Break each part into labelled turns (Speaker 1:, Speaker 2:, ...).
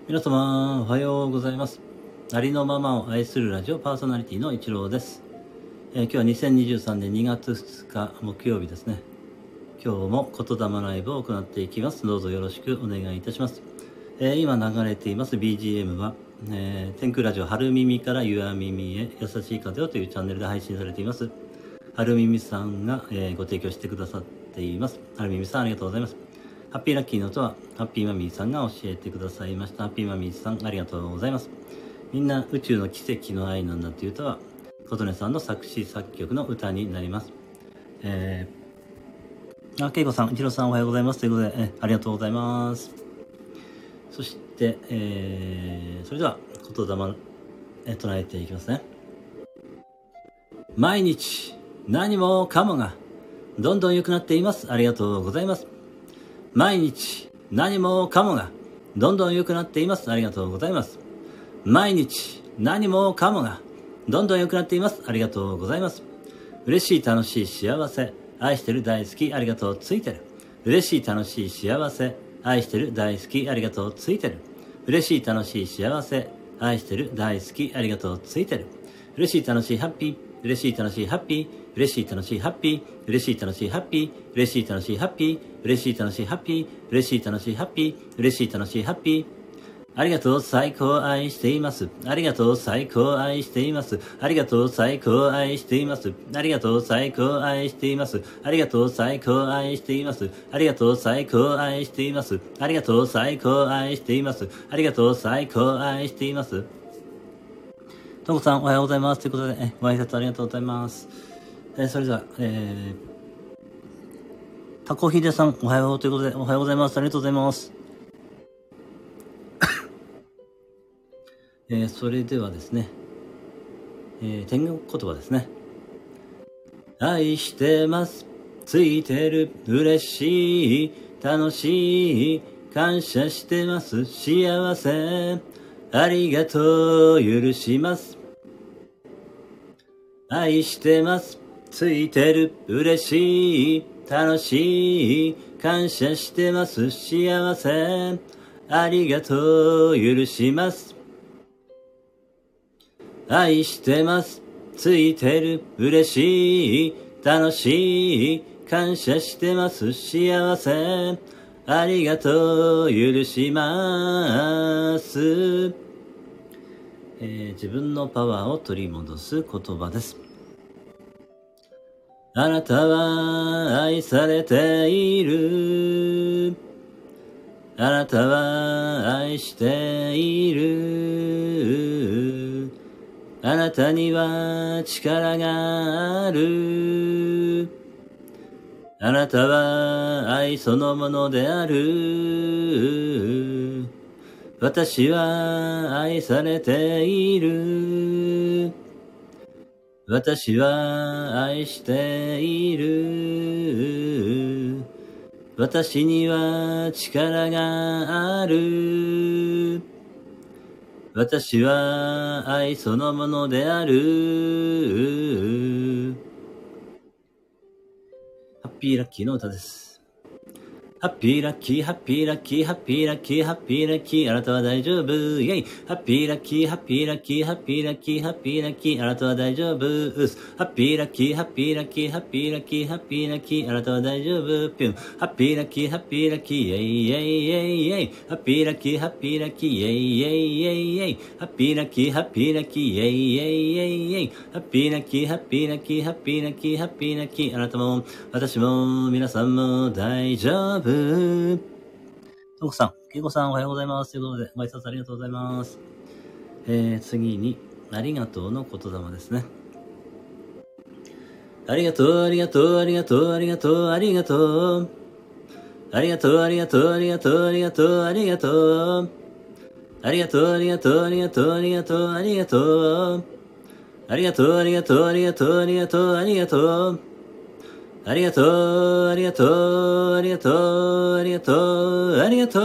Speaker 1: 皆様おはようございます。ありのままを愛するラジオパーソナリティの一郎です。今日は2023年2月2日木曜日ですね。今日も言霊ライブを行っていきます。どうぞよろしくお願いいたします。今流れています BGM は、天空ラジオ春耳から夕耳へ優しい風をというチャンネルで配信されています春耳さんが、ご提供してくださっています。春耳さんありがとうございます。ハッピーラッキーの音はハッピーマミーさんが教えてくださいました。ハッピーマミーさんありがとうございます。みんな宇宙の奇跡の愛なんだという歌は琴音さんの作詞作曲の歌になります。恵子さん、一郎さんおはようございますということで、ありがとうございます。そして、それでは言霊、唱えていきますね。毎日何もかもがどんどん良くなっています。ありがとうございます。毎日何もかもがどんどん良くなっています。ありがとうございます。毎日何もかもがどんどん良くなっています。ありがとうございます。嬉しい、楽しい、幸せ、愛してる、大好き、ありがとう、ついてる。嬉しい、楽しい、幸せ、愛してる、大好き、ありがとう、ついてる。嬉しい、楽しい、幸せ、愛してる、大好き、ありがとう、ついてる。嬉しい、楽しい、ハッピー、嬉しい、楽しい、ハッピー、嬉しい、楽しい、ハッピー、嬉しい、楽しい、ハッピー、嬉しい、楽しい、ハッピー、嬉しい、楽しい、ハッピー、嬉しい、楽しい、ハッピー、嬉しい、楽しい、ハッピー。ありがとう、最高愛しています。ありがとう、最高愛しています。ありがとう、最高愛しています。ありがとう、最高愛しています。ありがとう、最高愛しています。ありがとう、最高愛しています。ありがとう、最高愛しています。ありがとう、最高愛しています。ともこさん、おはようございます。ということで、ご挨拶ありがとうございます。それでは、タコヒデさん、おはようということで、おはようございます。ありがとうございます。それではですね、天国言葉ですね。愛してます、ついてる、嬉しい、楽しい、感謝してます、幸せ、ありがとう、許します。愛してます、ついてる、嬉しい、楽しい、感謝してます、幸せ、ありがとう、許します。愛してます、ついてる、嬉しい、楽しい、感謝してます、幸せ、ありがとう、許します。自分のパワーを取り戻す言葉です。あなたは愛されている。あなたは愛している。あなたには力がある。あなたは愛そのものである。私は愛されている。私は愛している。私には力がある。私は愛そのものである。ハッピーラッキーの歌です。ハッピーラッキー、ハッピーラッキー、ハッピーラッキー、ハッピーラッキー、あなたは大丈夫、イェイ。ハッピーラッキー、ハッピーラッキー、ハッピーラッキー、ハッピーラッキー、あなたは大丈夫、うす。ハッピーラッキー、ハッピーラッキー、ハッピーラッキー、ハッピーラッキー、あなたは大丈夫、ピュン。ハッピーラッキー、ハッピーラッキー、イェイイェイイェイイェイ。ハッピーラッキー、ハッピーラッキー、イェイイェイイェイイェイ。ハッピーラッキー、ハッピーラッキー、イェイイェイイェイイェイ。ハッピーラッキー、ハッピーラッキー、ハッピーラッキー、ハッピーラッキー、あなたも、私も、皆さんも大丈夫。ともこさん、けいこさんおはようございます。ということで、ご挨拶ありがとうございます。次に、ありがとうの言霊ですね。ありがとう、ありがとう、ありがとう、ありがとう、ありがとう。ありがとう、ありがとう、ありがとう、ありがとう、ありがとう。ありがとう、ありがとう、ありがとう、ありがとう、ありがとう。ありがとう、ありがとう、ありがとう、ありがとう、ありがとう。ありがとう、ありがとう、ありがとう、ありがとう、ありがと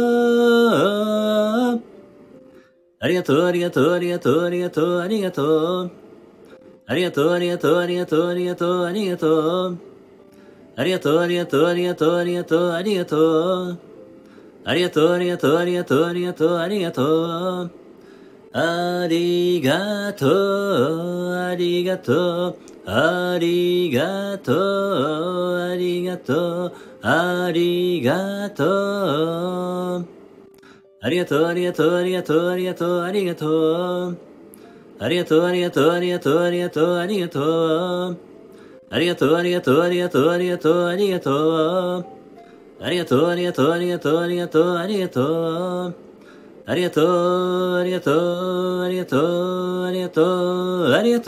Speaker 1: う。ありがとう、ありがとう、ありがとう、ありがとう、ありがとう。ありがとう、ありがとう、ありがとう、ありがとう、ありがとう。ありがとう、ありがとう、ありがとう、ありがとう、ありがとう。 ありがとう、ありがとう、ありがとう、ありがとう、ありがとう。ありがとう、ありがとう、ありがとう、ありがとう、ありがとう。ありがとう、ありがとう、ありがとう、ありがとう、ありがとう。ありがとう、ありがとう、ありがとう、ありがとう、ありがとう。ありがとう、ありがとう、ありがとう、ありがとう、ありがとう。ありがとう、ありがとう、ありがとう、ありがとう、ありがとう。ありがとう、ありがとう、ありがとう、ありがとう、ありがと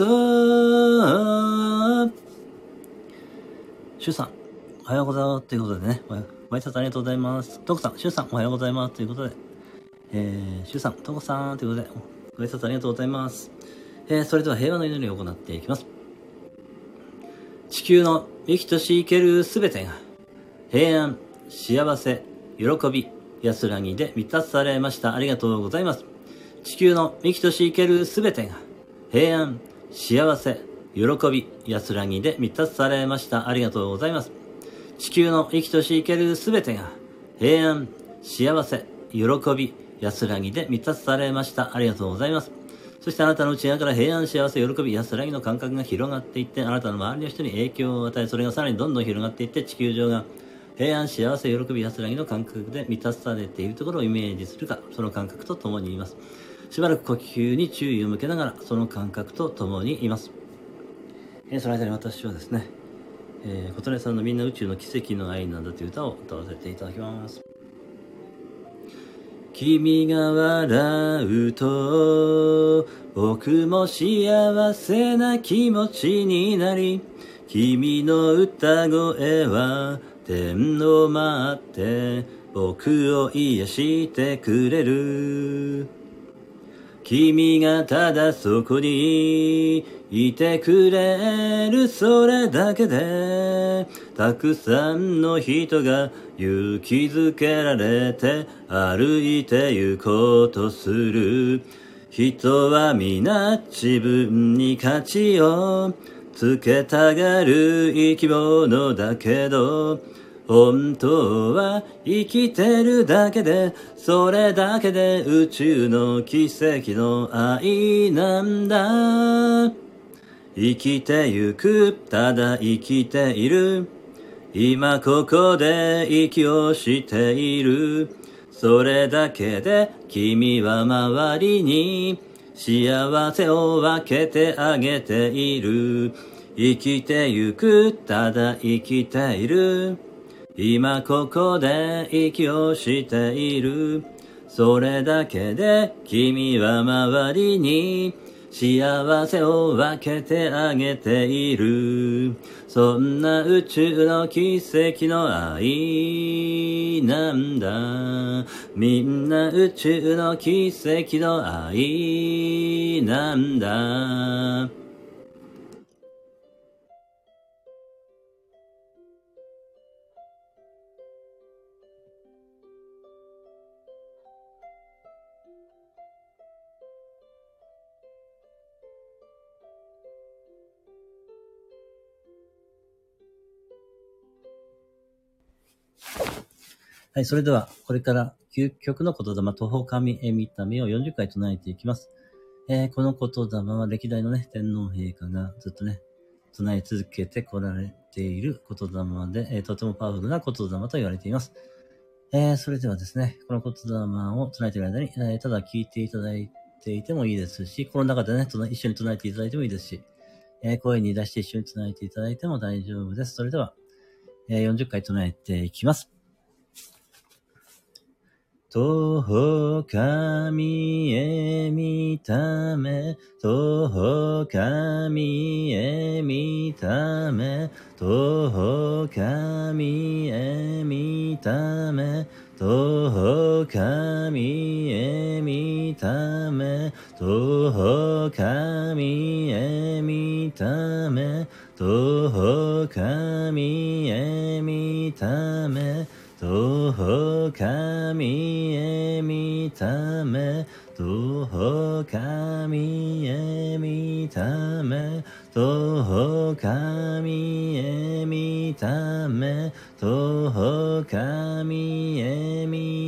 Speaker 1: う。シュウさん、おはようございます。ということでね、ご挨拶ありがとうございます。トコさん、シュウさん、おはようございます。ということで、シュウさん、トコさん、ということで、ご挨拶ありがとうございます。それでは平和の祈りを行っていきます。地球の生きとし生けるすべてが、平安、幸せ、喜び、安らぎで満たされました。ありがとうございます。地球の生きとし生けるすべてが、平安、幸せ、喜び、安らぎで満たされました。ありがとうございます。地球の生きとし生けるすべてが、平安、幸せ、喜び、安らぎで満たされました。ありがとうございます。そしてあなたの内側から平安、幸せ、喜び、安らぎの感覚が広がっていって、あなたの周りの人に影響を与え、それがさらにどんどん広がっていって、地球上が平安、幸せ、喜び、安らぎの感覚で満たされているところをイメージするか、その感覚と共にいます。しばらく呼吸に注意を向けながら、その感覚と共にいます。その間に私はですね、琴音さんのみんな宇宙の奇跡の愛なんだという歌を歌わせていただきます。君が笑うと僕も幸せな気持ちになり、君の歌声は天を舞って僕を癒してくれる。君がただそこにいてくれる、それだけでたくさんの人が勇気づけられて歩いて行こうとする。人は皆自分に価値をつけたがる生き物だけど、本当は生きてるだけで、それだけで宇宙の奇跡の愛なんだ。生きてゆく、ただ生きている。今ここで息をしている。それだけで君は周りに幸せを分けてあげている。生きてゆく、ただ生きている。今ここで息をしている。それだけで君は周りに幸せを分けてあげている。そんな宇宙の奇跡の愛なんだ。みんな宇宙の奇跡の愛なんだ。はい、それでは、これから究極の言霊、徒歩神見た目を40回唱えていきます。この言霊は歴代のね、天皇陛下がずっとね、唱え続けてこられている言霊で、とてもパワフルな言霊と言われています。それではですね、この言霊を唱えている間に、ただ聞いていただいていてもいいですし、この中でね、一緒に唱えていただいてもいいですし、声に出して一緒に唱えていただいても大丈夫です。それでは、40回唱えていきます。徒歩神へ見た目、徒歩神へ見た目、徒歩神へ見た目、徒歩神へ見た目、徒歩神へ見た目、徒歩神へ見た目、徒歩神へ見た目、徒歩神へ見た目、徒歩神へ見た目、徒歩神へ見